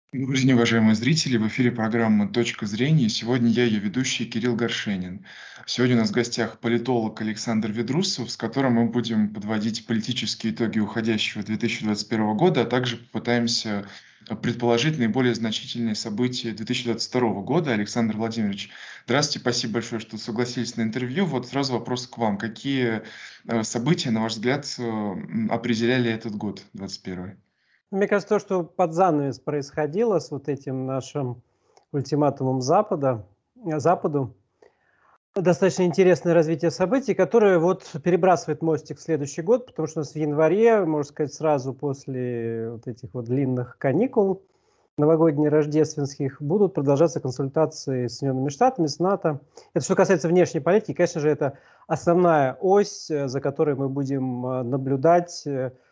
Добрый день, уважаемые зрители! В эфире программа «Точка зрения». Сегодня я ее ведущий Кирилл Горшенин. Сегодня у нас в гостях политолог Александр Ведрусов, с которым мы будем подводить политические итоги уходящего 2021 года, а также попытаемся предположить наиболее значительные события 2022 года. Александр Владимирович, здравствуйте, спасибо большое, что согласились на интервью. Вот сразу вопрос к вам. Какие события, на ваш взгляд, определяли этот год, 2021? Мне кажется, то, что под занавес происходило с вот этим нашим ультиматумом Западу, достаточно интересное развитие событий, которое вот перебрасывает мостик в следующий год, потому что у нас в январе, можно сказать, сразу после вот этих вот длинных каникул новогодних, рождественских, будут продолжаться консультации с Соединенными Штатами, с НАТО. Это что касается внешней политики, конечно же, это основная ось, за которой мы будем наблюдать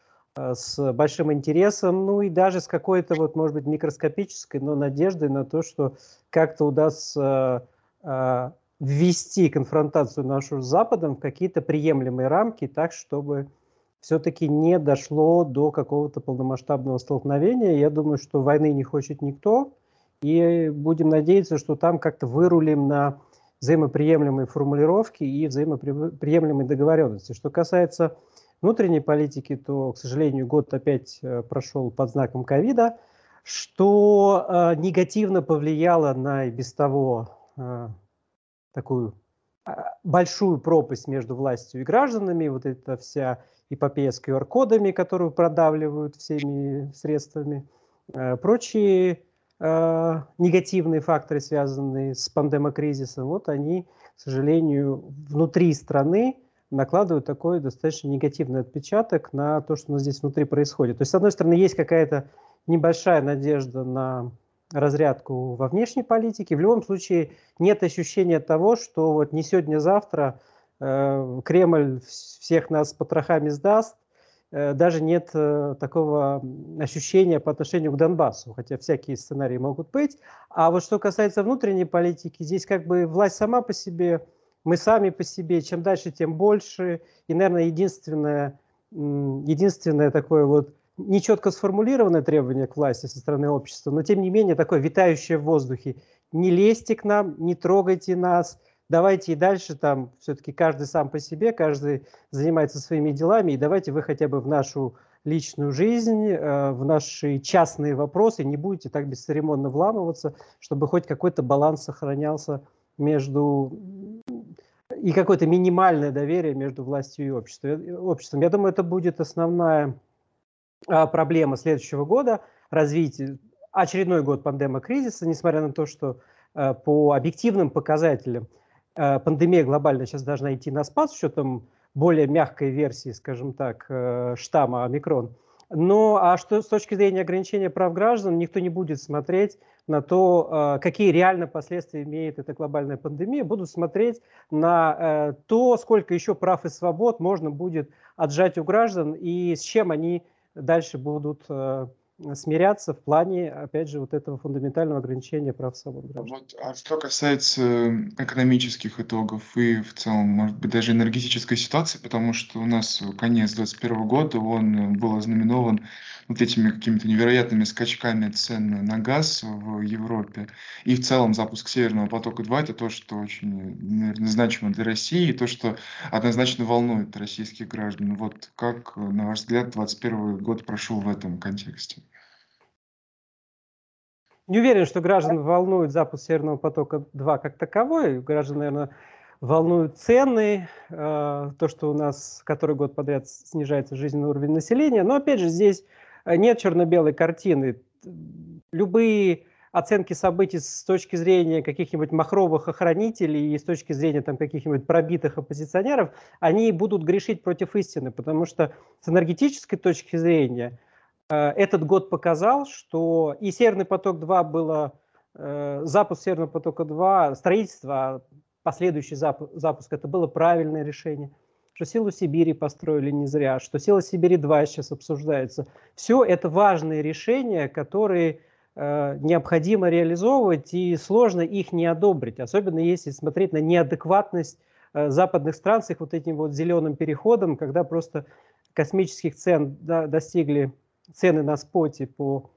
с большим интересом, ну и даже с какой-то вот, может быть, микроскопической, но надеждой на то, что как-то удастся ввести конфронтацию нашу с Западом в какие-то приемлемые рамки, так, чтобы все-таки не дошло до какого-то полномасштабного столкновения. Я думаю, что войны не хочет никто, и будем надеяться, что там как-то вырулим на взаимоприемлемые формулировки и взаимоприемлемые договоренности. Что касается внутренней политики, то, к сожалению, год опять прошел под знаком ковида, что негативно повлияло на и без того такую большую пропасть между властью и гражданами, вот эта вся эпопея с QR-кодами, которую продавливают всеми средствами, прочие негативные факторы, связанные с пандемокризисом, вот они, к сожалению, внутри страны накладывают такой достаточно негативный отпечаток на то, что у нас здесь внутри происходит. То есть, с одной стороны, есть какая-то небольшая надежда на разрядку во внешней политике. В любом случае нет ощущения того, что вот не сегодня-завтра Кремль всех нас потрохами сдаст. Даже нет такого ощущения по отношению к Донбассу, хотя всякие сценарии могут быть. А вот что касается внутренней политики, здесь как бы власть сама по себе, мы сами по себе, чем дальше, тем больше. И, наверное, единственное такое вот нечетко сформулированное требование к власти со стороны общества, но тем не менее такое витающее в воздухе. Не лезьте к нам, не трогайте нас, давайте и дальше там все-таки каждый сам по себе, каждый занимается своими делами, и давайте вы хотя бы в нашу личную жизнь, в наши частные вопросы не будете так бесцеремонно вламываться, чтобы хоть какой-то баланс сохранялся между и какое-то минимальное доверие между властью и обществом. Я думаю, это будет основная проблема следующего года, развитие, очередной год пандемокризиса, несмотря на то, что по объективным показателям пандемия глобально сейчас должна идти на спад с учетом более мягкой версии, скажем так, штамма омикрон. Но а что с точки зрения ограничения прав граждан, никто не будет смотреть на то, какие реально последствия имеет эта глобальная пандемия, будут смотреть на то, сколько еще прав и свобод можно будет отжать у граждан и с чем они дальше будут смиряться в плане, опять же, вот этого фундаментального ограничения прав и свобод граждан. Вот, а что касается экономических итогов и в целом, может быть, даже энергетической ситуации, потому что у нас конец 2021 года, он был ознаменован вот этими какими-то невероятными скачками цен на газ в Европе. И в целом запуск Северного потока-2 это то, что очень, наверное, значимо для России, и то, что однозначно волнует российских граждан. Вот как, на ваш взгляд, 2021 год прошел в этом контексте? Не уверен, что граждан волнует запуск Северного потока-2 как таковой. Граждан, наверное, волнуют цены, то, что у нас который год подряд снижается жизненный уровень населения. Но, опять же, здесь нет черно-белой картины. Любые оценки событий с точки зрения каких-нибудь махровых охранителей и с точки зрения там, каких-нибудь пробитых оппозиционеров, они будут грешить против истины, потому что с энергетической точки зрения этот год показал, что и Северный поток-2 было, запуск Северного потока-2, строительство, последующий запуск, это было правильное решение, что Силу Сибири построили не зря, что Сила Сибири-2 сейчас обсуждается. Все это важные решения, которые необходимо реализовывать, и сложно их не одобрить, особенно если смотреть на неадекватность западных стран с их вот этим вот зеленым переходом, когда просто космических цен достигли цены на споте по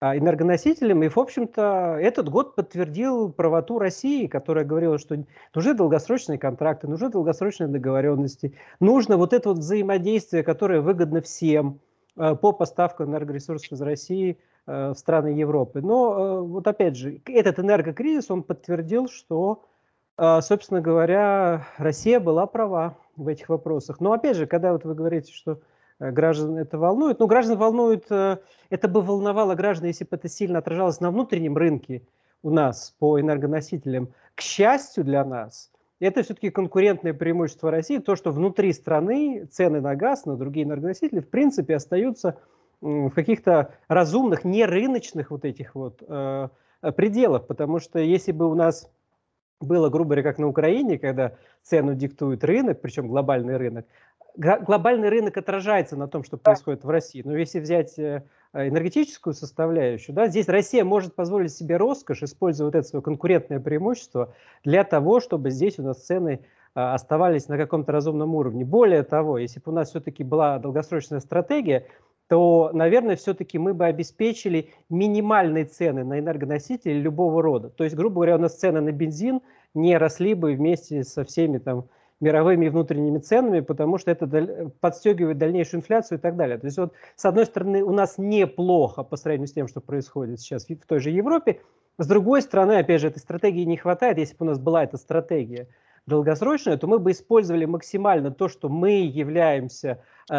энергоносителям. И, в общем-то, этот год подтвердил правоту России, которая говорила, что нужны долгосрочные контракты, нужны долгосрочные договоренности, нужно вот это вот взаимодействие, которое выгодно всем по поставкам энергоресурсов из России в страны Европы. Но вот опять же, этот энергокризис, он подтвердил, что, собственно говоря, Россия была права в этих вопросах. Но опять же, когда вот вы говорите, что граждан это волнует, ну, граждан волнует, это бы волновало граждан, если бы это сильно отражалось на внутреннем рынке у нас по энергоносителям. К счастью для нас, это все-таки конкурентное преимущество России, то, что внутри страны цены на газ, на другие энергоносители, в принципе, остаются в каких-то разумных, не рыночных вот этих вот пределах, потому что если бы у нас было, грубо говоря, как на Украине, когда цену диктует рынок, причем глобальный рынок, глобальный рынок отражается на том, что происходит в России. Но если взять энергетическую составляющую, да, здесь Россия может позволить себе роскошь, используя вот это свое конкурентное преимущество для того, чтобы здесь у нас цены оставались на каком-то разумном уровне. Более того, если бы у нас все-таки была долгосрочная стратегия, то, наверное, все-таки мы бы обеспечили минимальные цены на энергоносители любого рода. То есть, грубо говоря, у нас цены на бензин не росли бы вместе со всеми там мировыми и внутренними ценами, потому что это подстегивает дальнейшую инфляцию и так далее. То есть вот с одной стороны у нас неплохо по сравнению с тем, что происходит сейчас в той же Европе, с другой стороны, опять же, этой стратегии не хватает. Если бы у нас была эта стратегия долгосрочная, то мы бы использовали максимально то, что мы являемся,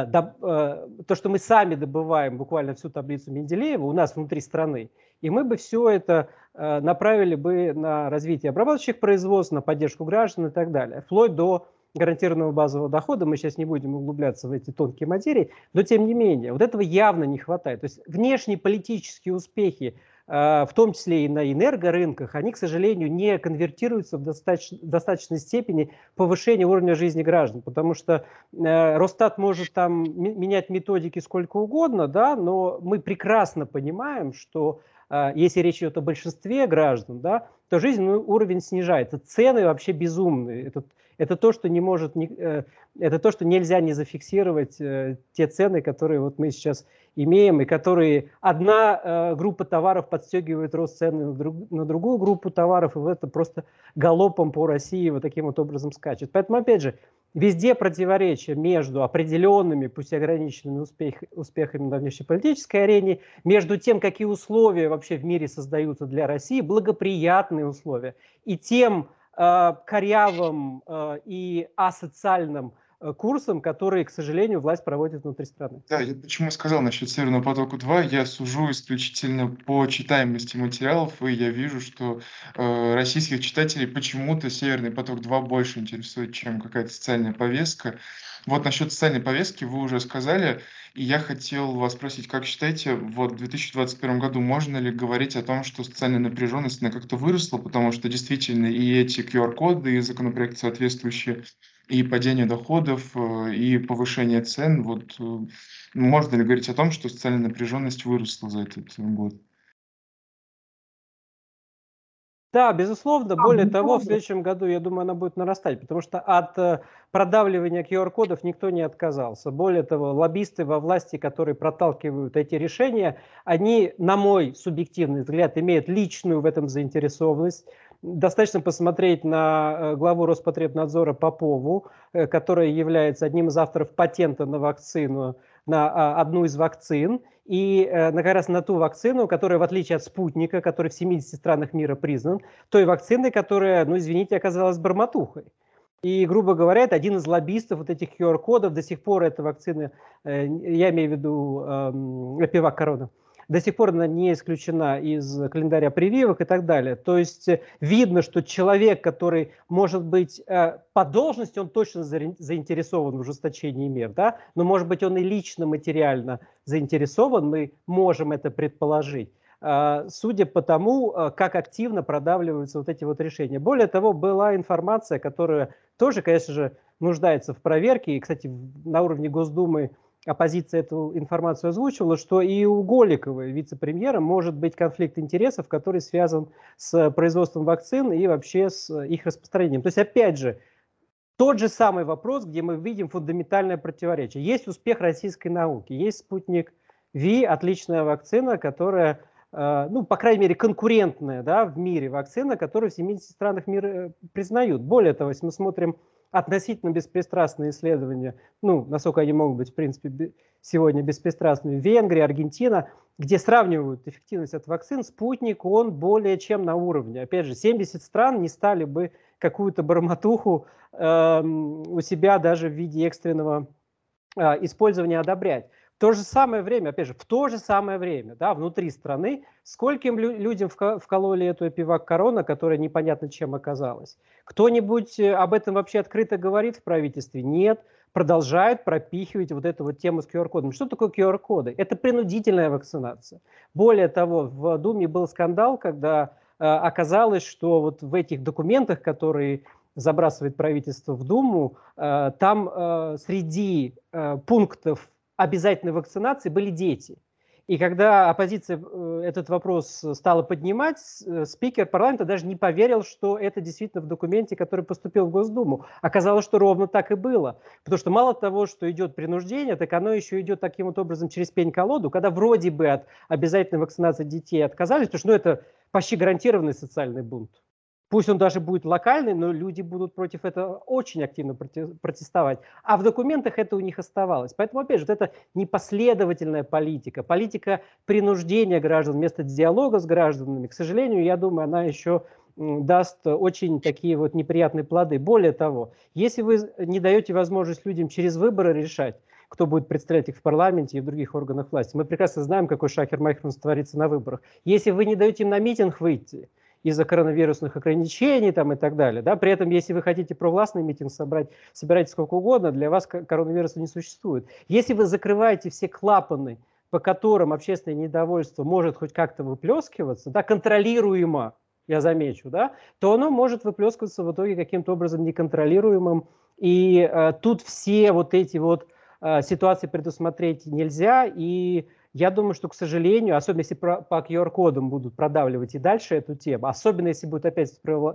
то, что мы сами добываем, буквально всю таблицу Менделеева у нас внутри страны, и мы бы все это направили бы на развитие обрабатывающих производств, на поддержку граждан и так далее, вплоть до гарантированного базового дохода. Мы сейчас не будем углубляться в эти тонкие материи, но тем не менее, вот этого явно не хватает. То есть внешние политические успехи, в том числе и на энергорынках, они, к сожалению, не конвертируются в достаточной степени повышения уровня жизни граждан, потому что Росстат может там менять методики сколько угодно, да, но мы прекрасно понимаем, что если речь идет о большинстве граждан, да, то жизненный уровень снижается, цены вообще безумные. Это то, что не может, это то, что нельзя не зафиксировать те цены, которые вот мы сейчас имеем, и которые одна группа товаров подстегивает рост цены на другую группу товаров, и это просто галопом по России вот таким вот образом скачет. Поэтому, опять же, везде противоречия между определенными, пусть и ограниченными успехами на внешнеполитической арене, между тем, какие условия вообще в мире создаются для России, благоприятные условия, и тем корявым и асоциальным курсом, который, к сожалению, власть проводит внутри страны. Да, я почему сказал насчет Северного потока-2, я сужу исключительно по читаемости материалов, и я вижу, что российских читателей почему-то Северный поток-2 больше интересует, чем какая-то социальная повестка. Вот насчет социальной повестки вы уже сказали, и я хотел вас спросить, как считаете, вот в 2021 году можно ли говорить о том, что социальная напряженность, она как-то выросла, потому что действительно и эти QR-коды, и законопроекты соответствующие, и падение доходов, и повышение цен, вот можно ли говорить о том, что социальная напряженность выросла за этот год? Да, безусловно. Более того, в следующем году, я думаю, она будет нарастать, потому что от продавливания QR-кодов никто не отказался. Более того, лоббисты во власти, которые проталкивают эти решения, они, на мой субъективный взгляд, имеют личную в этом заинтересованность. Достаточно посмотреть на главу Роспотребнадзора Попову, которая является одним из авторов патента на вакцину, на одну из вакцин, и как раз на ту вакцину, которая, в отличие от спутника, который в 70 странах мира признан, той вакцины, которая, ну извините, оказалась бормотухой. И, грубо говоря, это один из лоббистов вот этих QR-кодов. До сих пор эта вакцина, я имею в виду Эпивак Корона, до сих пор она не исключена из календаря прививок и так далее. То есть видно, что человек, который, может быть, по должности, он точно заинтересован в ужесточении мер, да? Но, может быть, он и лично, материально заинтересован, мы можем это предположить, судя по тому, как активно продавливаются вот эти вот решения. Более того, была информация, которая тоже, конечно же, нуждается в проверке, и, кстати, на уровне Госдумы оппозиция эту информацию озвучивала, что и у Голиковой, вице-премьера, может быть конфликт интересов, который связан с производством вакцин и вообще с их распространением. То есть, опять же, тот же самый вопрос, где мы видим фундаментальное противоречие. Есть успех российской науки, есть спутник Ви, отличная вакцина, которая ну, по крайней мере, конкурентная, да, в мире вакцина, которую в 70 странах мира признают. Более того, если мы смотрим относительно беспристрастные исследования, ну, насколько они могут быть, в принципе, сегодня беспристрастными, Венгрия, Аргентина, где сравнивают эффективность от вакцин, спутник, он более чем на уровне. Опять же, 70 стран не стали бы какую-то бормотуху у себя даже в виде экстренного использования одобрять. В то же самое время, опять же, в то же самое время, да, внутри страны, скольким людям вкололи эту эпивак корона, которая непонятно чем оказалась? Кто-нибудь об этом вообще открыто говорит в правительстве? Нет. Продолжают пропихивать вот эту вот тему с QR-кодом. Что такое QR-коды? Это принудительная вакцинация. Более того, в Думе был скандал, когда оказалось, что вот в этих документах, которые забрасывает правительство в Думу, там среди пунктов обязательной вакцинации были дети. И когда оппозиция этот вопрос стала поднимать, спикер парламента даже не поверил, что это действительно в документе, который поступил в Госдуму. Оказалось, что ровно так и было. Потому что мало того, что идет принуждение, так оно еще идет таким вот образом через пень-колоду, когда вроде бы от обязательной вакцинации детей отказались, потому что это почти гарантированный социальный бунт. Пусть он даже будет локальный, но люди будут против этого очень активно протестовать. А в документах это у них оставалось. Поэтому, опять же, вот это непоследовательная политика, политика принуждения граждан вместо диалога с гражданами, к сожалению, я думаю, она еще даст очень такие вот неприятные плоды. Более того, если вы не даете возможность людям через выборы решать, кто будет представлять их в парламенте и в других органах власти, мы прекрасно знаем, какой шахер-махер творится на выборах. Если вы не даете им на митинг выйти, из-за коронавирусных ограничений там, и так далее. Да? При этом, если вы хотите провластный митинг собрать, собирайте сколько угодно, для вас коронавируса не существует. Если вы закрываете все клапаны, по которым общественное недовольство может хоть как-то выплескиваться, да, контролируемо, я замечу, да, то оно может выплескиваться в итоге каким-то образом неконтролируемым. И тут все вот эти вот ситуации предусмотреть нельзя. И я думаю, что, к сожалению, особенно если по QR-кодам будут продавливать и дальше эту тему, особенно если будет опять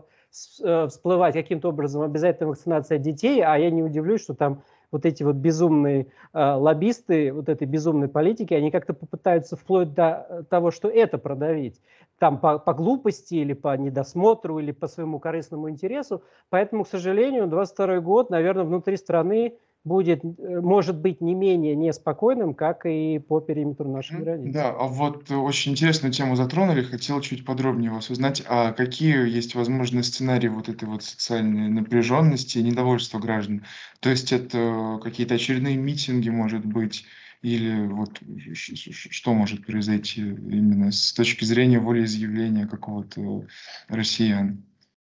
всплывать каким-то образом обязательная вакцинация детей, а я не удивлюсь, что там вот эти вот безумные лоббисты вот этой безумной политики, они как-то попытаются вплоть до того, что это продавить. Там по глупости или по недосмотру, или по своему корыстному интересу. Поэтому, к сожалению, 2022 год, наверное, внутри страны будет, может быть, не менее неспокойным, как и по периметру нашей границы. Да, а вот очень интересную тему затронули. Хотел чуть подробнее вас узнать, а какие есть возможные сценарии вот этой вот социальной напряженности и недовольства граждан? То есть это какие-то очередные митинги, может быть, или вот что может произойти именно с точки зрения волеизъявления какого-то россиян?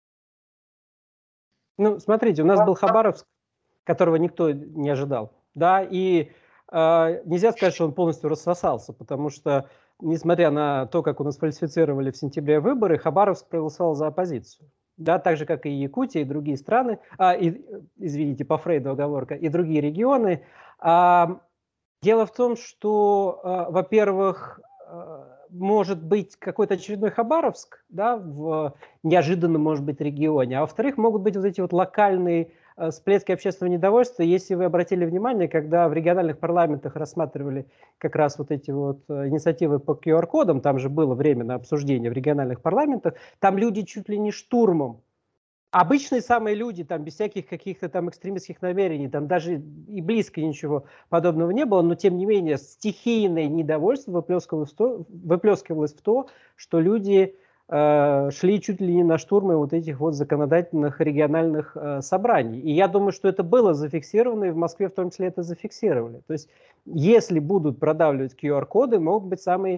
Ну, смотрите, у нас был Хабаровск, которого никто не ожидал, да, и нельзя сказать, что он полностью рассосался, потому что, несмотря на то, как у нас фальсифицировали в сентябре выборы, Хабаровск проголосовал за оппозицию, да, так же, как и Якутия, и другие страны, извините, по Фрейду оговорка, и другие регионы. Дело в том, что, во-первых, может быть какой-то очередной Хабаровск, да, в неожиданном, может быть, регионе, а во-вторых, могут быть вот эти вот локальные всплески общественного недовольства. Если вы обратили внимание, когда в региональных парламентах рассматривали как раз вот эти вот инициативы по QR-кодам, там же было время на обсуждение в региональных парламентах, там люди чуть ли не штурмом. Обычные самые люди, там, без всяких каких-то там экстремистских намерений, там даже и близко ничего подобного не было, но тем не менее стихийное недовольство выплескивалось в то, что люди шли чуть ли не на штурмы вот этих вот законодательных региональных собраний. И я думаю, что это было зафиксировано, и в Москве в том числе это зафиксировали. То есть если будут продавливать QR-коды, могут быть самые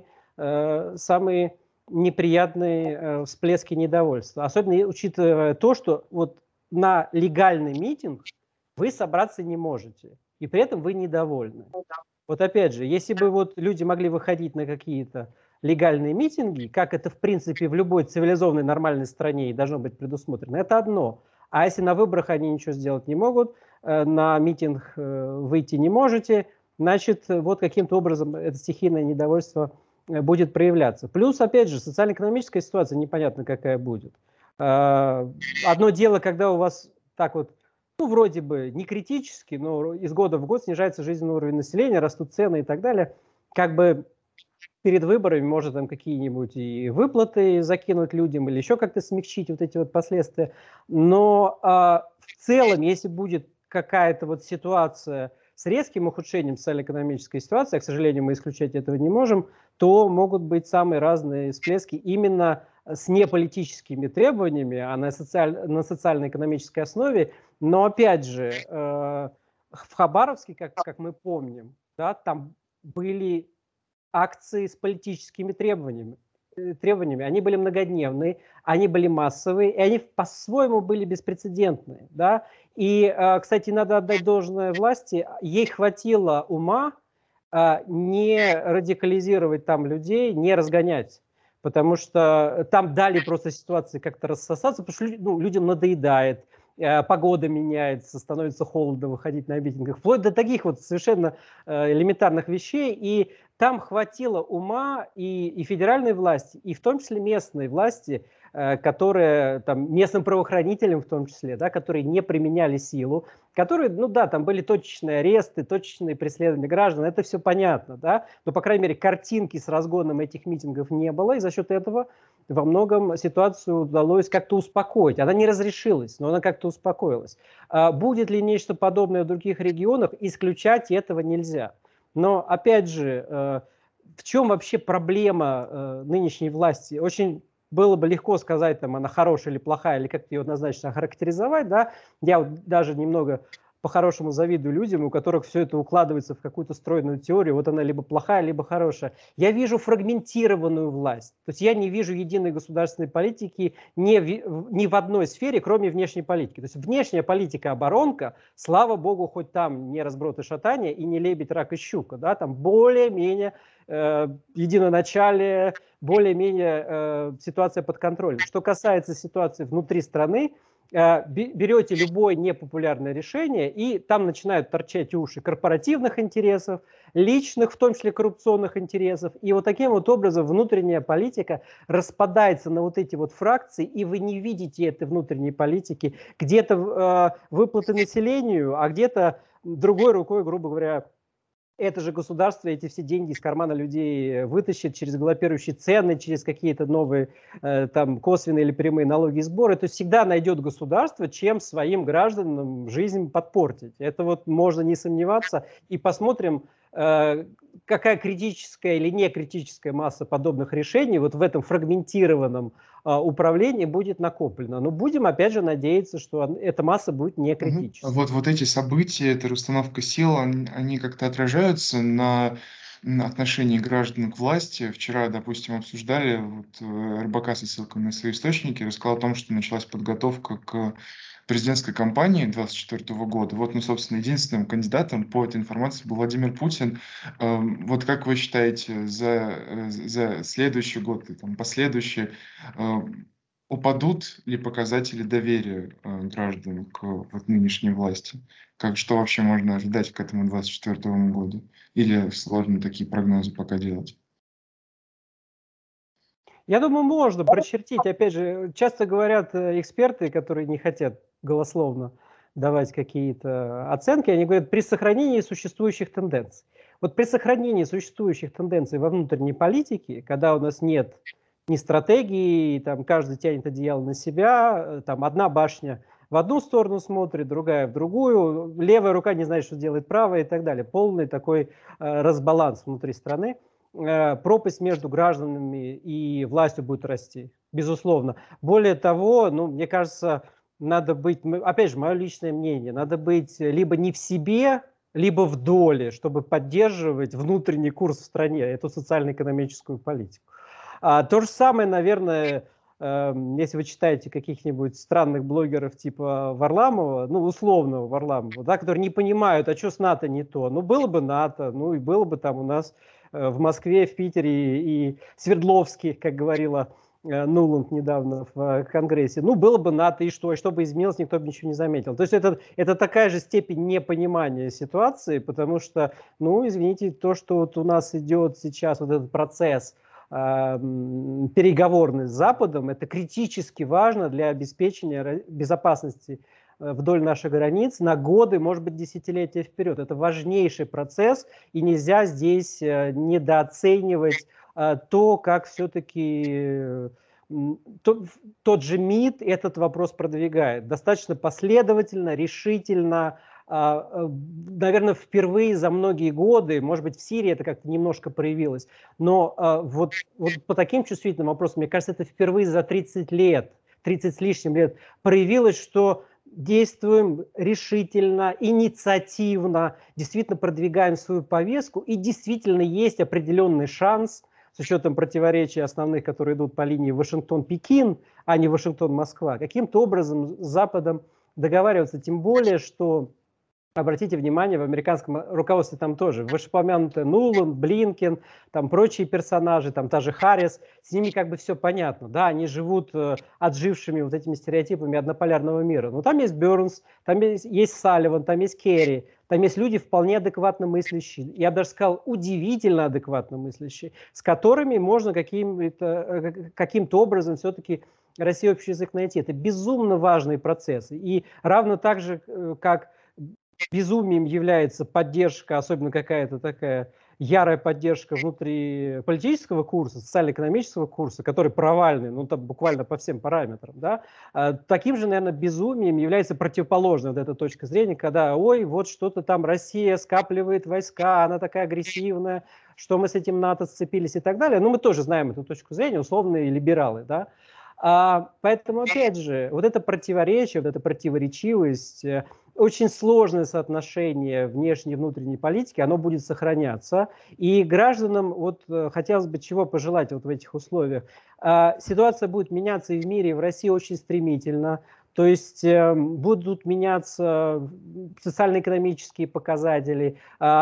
неприятные всплески недовольства. Особенно учитывая то, что вот на легальный митинг вы собраться не можете, и при этом вы недовольны. Вот опять же, если бы вот люди могли выходить на какие-то легальные митинги, как это в принципе в любой цивилизованной нормальной стране и должно быть предусмотрено, это одно. А если на выборах они ничего сделать не могут, на митинг выйти не можете, значит, вот каким-то образом это стихийное недовольство будет проявляться. Плюс, опять же, социально-экономическая ситуация непонятно какая будет. Одно дело, когда у вас так вот, ну, вроде бы не критически, но из года в год снижается жизненный уровень населения, растут цены и так далее. Как бы перед выборами можно там какие-нибудь и выплаты закинуть людям или еще как-то смягчить вот эти вот последствия. Но в целом, если будет какая-то вот ситуация с резким ухудшением социально-экономической ситуации, а, к сожалению, мы исключать этого не можем, то могут быть самые разные всплески именно с неполитическими требованиями, а на социально-экономической основе. Но опять же, в Хабаровске, как мы помним, да, там были акции с политическими требованиями. Они были многодневные, они были массовые, и они по-своему были беспрецедентные. Да? И, кстати, надо отдать должное власти, ей хватило ума не радикализировать там людей, не разгонять. Потому что там дали просто ситуации как-то рассосаться, потому что людям надоедает, погода меняется, становится холодно выходить на митингах, вплоть до таких вот совершенно элементарных вещей. И там хватило ума и федеральной власти, и в том числе местной власти, которые, там, местным правоохранителям в том числе, да, которые не применяли силу, которые, ну да, там были точечные аресты, точечные преследования граждан, это все понятно, да, но, по крайней мере, картинки с разгоном этих митингов не было, и за счет этого во многом ситуацию удалось как-то успокоить. Она не разрешилась, но она как-то успокоилась. Будет ли нечто подобное в других регионах, исключать этого нельзя. Но, опять же, в чем вообще проблема нынешней власти? Очень было бы легко сказать, там, она хорошая или плохая, или как-то ее однозначно охарактеризовать. Да? Я вот даже немного по-хорошему завидую людям, у которых все это укладывается в какую-то стройную теорию. Вот она либо плохая, либо хорошая. Я вижу фрагментированную власть. То есть я не вижу единой государственной политики ни в одной сфере, кроме внешней политики. То есть внешняя политика, оборонка, слава богу, хоть там не разброд и шатание, и не лебедь, рак и щука. Да? Там более-менее единоначалие, более-менее ситуация под контролем. Что касается ситуации внутри страны, берете любое непопулярное решение, и там начинают торчать уши корпоративных интересов, личных, в том числе коррупционных интересов. И вот таким вот образом внутренняя политика распадается на вот эти вот фракции, и вы не видите этой внутренней политики. Где-то выплаты населению, а где-то другой рукой, грубо говоря, это же государство эти все деньги из кармана людей вытащит через галопирующие цены, через какие-то новые там косвенные или прямые налоги и сборы. То есть всегда найдет государство, чем своим гражданам жизнь подпортить. Это вот можно не сомневаться. И посмотрим, какая критическая или не критическая масса подобных решений вот в этом фрагментированном управлении будет накоплена. Но будем, опять же, надеяться, что эта масса будет не критической. Вот эти события, эта расстановка сил, они как-то отражаются на отношении граждан к власти. Вчера, допустим, обсуждали, вот РБК со ссылкой на свои источники рассказал о том, что началась подготовка к президентской кампании 2024 года. Вот, ну, собственно, единственным кандидатом по этой информации был Владимир Путин. Вот как вы считаете, за следующий год и там, последующие упадут ли показатели доверия граждан к вот нынешней власти? Что вообще можно ожидать к этому 2024 году? Или сложно такие прогнозы пока делать? Я думаю, можно прочертить. Опять же, часто говорят эксперты, которые не хотят голословно давать какие-то оценки, они говорят, при сохранении существующих тенденций. Вот при сохранении существующих тенденций во внутренней политике, когда у нас нет ни стратегии, там каждый тянет одеяло на себя, там одна башня в одну сторону смотрит, другая в другую, левая рука не знает, что делает правая и так далее. Полный такой разбаланс внутри страны. Пропасть между гражданами и властью будет расти, безусловно. Более того, ну, мне кажется, надо быть, опять же, мое личное мнение, надо быть либо не в себе, либо в доле, чтобы поддерживать внутренний курс в стране, эту социально-экономическую политику. То же самое, наверное, если вы читаете каких-нибудь странных блогеров типа Варламова, ну, условного Варламова, да, которые не понимают, а что с НАТО не то. Ну, было бы НАТО, ну, и было бы там у нас в Москве, в Питере и Свердловске, как говорила Нуланд недавно в Конгрессе. Ну, было бы НАТО, и что бы изменилось, никто бы ничего не заметил. То есть это такая же степень непонимания ситуации, потому что, ну, извините, то, что вот у нас идет сейчас вот этот процесс переговорный с Западом, это критически важно для обеспечения безопасности вдоль наших границ на годы, может быть, десятилетия вперед. Это важнейший процесс, и нельзя здесь недооценивать то, как все-таки тот же МИД этот вопрос продвигает. Достаточно последовательно, решительно, наверное, впервые за многие годы, может быть, в Сирии это как-то немножко проявилось, но вот по таким чувствительным вопросам, мне кажется, это впервые за 30 лет, 30 с лишним лет проявилось, что действуем решительно, инициативно, действительно продвигаем свою повестку, и действительно есть определенный шанс, с учетом противоречий основных, которые идут по линии Вашингтон-Пекин, а не Вашингтон-Москва, каким-то образом с Западом договариваться, тем более, что, обратите внимание, в американском руководстве там тоже вышеупомянутые Нуланд, Блинкен, там прочие персонажи, там та же Харрис, с ними как бы все понятно, да, они живут отжившими вот этими стереотипами однополярного мира. Но там есть Бернс, там есть Салливан, там есть Керри, там есть люди вполне адекватно мыслящие, я бы даже сказал, удивительно адекватно мыслящие, с которыми можно каким-то образом все-таки России общий язык найти. Это безумно важные процессы. И равно так же, как безумием является поддержка, особенно какая-то такая ярая поддержка внутри политического курса, социально-экономического курса, который провальный, ну там буквально по всем параметрам, да, таким же, наверное, безумием является противоположная вот эта точка зрения, когда, ой, вот что-то там Россия скапливает войска, она такая агрессивная, что мы с этим НАТО сцепились и так далее. Ну, мы тоже знаем эту точку зрения, условные либералы, да. Поэтому, опять же, вот это противоречие, вот эта противоречивость, очень сложное соотношение внешней и внутренней политики, оно будет сохраняться. И гражданам вот хотелось бы чего пожелать вот в этих условиях. Ситуация будет меняться и в мире, и в России очень стремительно. То есть будут меняться социально-экономические показатели,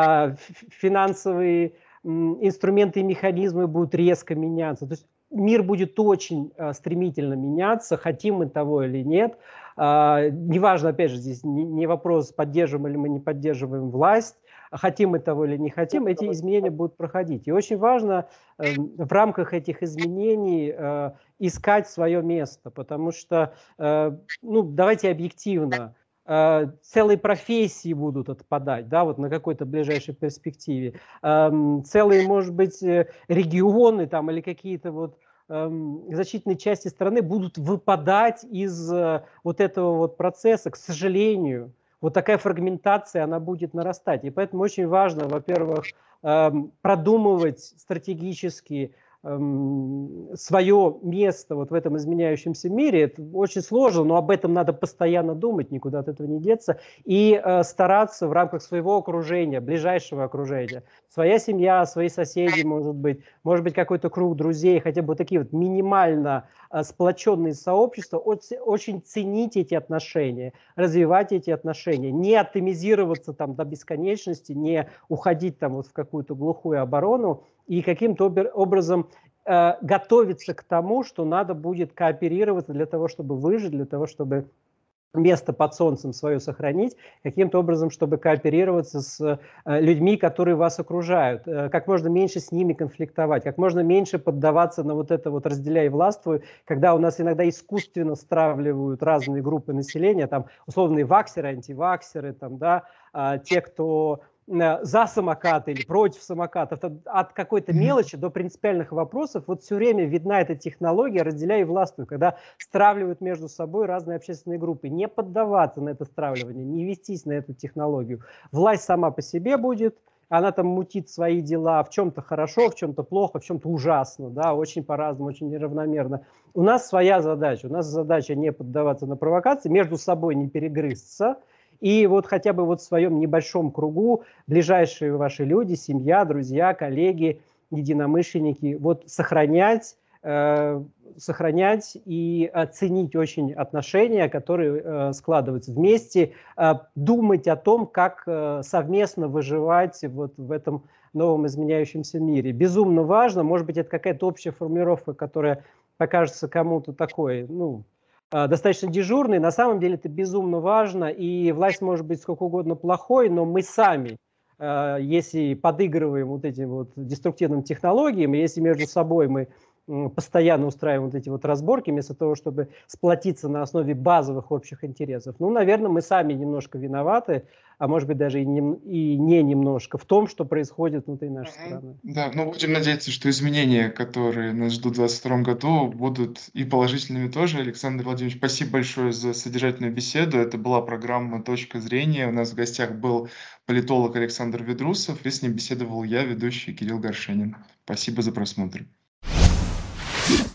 финансовые инструменты и механизмы будут резко меняться. То есть мир будет очень стремительно меняться, хотим мы того или нет. Неважно, опять же, здесь не вопрос, поддерживаем или мы не поддерживаем власть, хотим мы того или не хотим, эти изменения будут проходить. И очень важно в рамках этих изменений искать свое место, потому что, ну, давайте объективно, целые профессии будут отпадать, да, вот на какой-то ближайшей перспективе. Целые, может быть, регионы там или какие-то вот значительные части страны будут выпадать из вот этого вот процесса, к сожалению. Вот такая фрагментация, она будет нарастать. И поэтому очень важно, во-первых, продумывать стратегически свое место вот в этом изменяющемся мире. Это очень сложно, но об этом надо постоянно думать, никуда от этого не деться. И стараться в рамках своего окружения, ближайшего окружения. Своя семья, свои соседи, может быть какой-то круг друзей, хотя бы вот такие вот минимально сплоченные сообщества. Очень ценить эти отношения, развивать эти отношения, не атомизироваться там до бесконечности, не уходить там вот в какую-то глухую оборону, и каким-то образом готовиться к тому, что надо будет кооперироваться для того, чтобы выжить, для того, чтобы место под солнцем свое сохранить, каким-то образом, чтобы кооперироваться с людьми, которые вас окружают, как можно меньше с ними конфликтовать, как можно меньше поддаваться на вот это вот разделяй и властвуй, когда у нас иногда искусственно стравливают разные группы населения, там условные ваксеры, антиваксеры, там, да, те, кто за самокаты или против самокатов, от какой-то мелочи до принципиальных вопросов, вот все время видна эта технология «разделяй и властвуй», когда стравливают между собой разные общественные группы. Не поддаваться на это стравливание, не вестись на эту технологию. Власть сама по себе будет, она там мутит свои дела, в чем-то хорошо, в чем-то плохо, в чем-то ужасно, да, очень по-разному, очень неравномерно. У нас своя задача, у нас задача не поддаваться на провокации, между собой не перегрызться, и вот хотя бы вот в своем небольшом кругу ближайшие ваши люди, семья, друзья, коллеги, единомышленники, вот сохранять и ценить очень отношения, которые складываются вместе, думать о том, как совместно выживать вот в этом новом изменяющемся мире. Безумно важно, может быть, это какая-то общая формулировка, которая покажется кому-то такой, ну, достаточно дежурный, на самом деле это безумно важно, и власть может быть сколько угодно плохой, но мы сами, если подыгрываем вот этим вот деструктивным технологиям, если между собой мы постоянно устраиваем вот эти вот разборки, вместо того, чтобы сплотиться на основе базовых общих интересов, ну, наверное, мы сами немножко виноваты, а может быть даже и не немножко, в том, что происходит внутри нашей Мгм. страны. Да, ну будем надеяться, что изменения, которые нас ждут в 2022 году, будут и положительными тоже. Александр Владимирович, спасибо большое за содержательную беседу. Это была программа «Точка зрения». У нас в гостях был политолог Александр Ведрусов, и с ним беседовал я, ведущий Кирилл Горшенин. Спасибо за просмотр.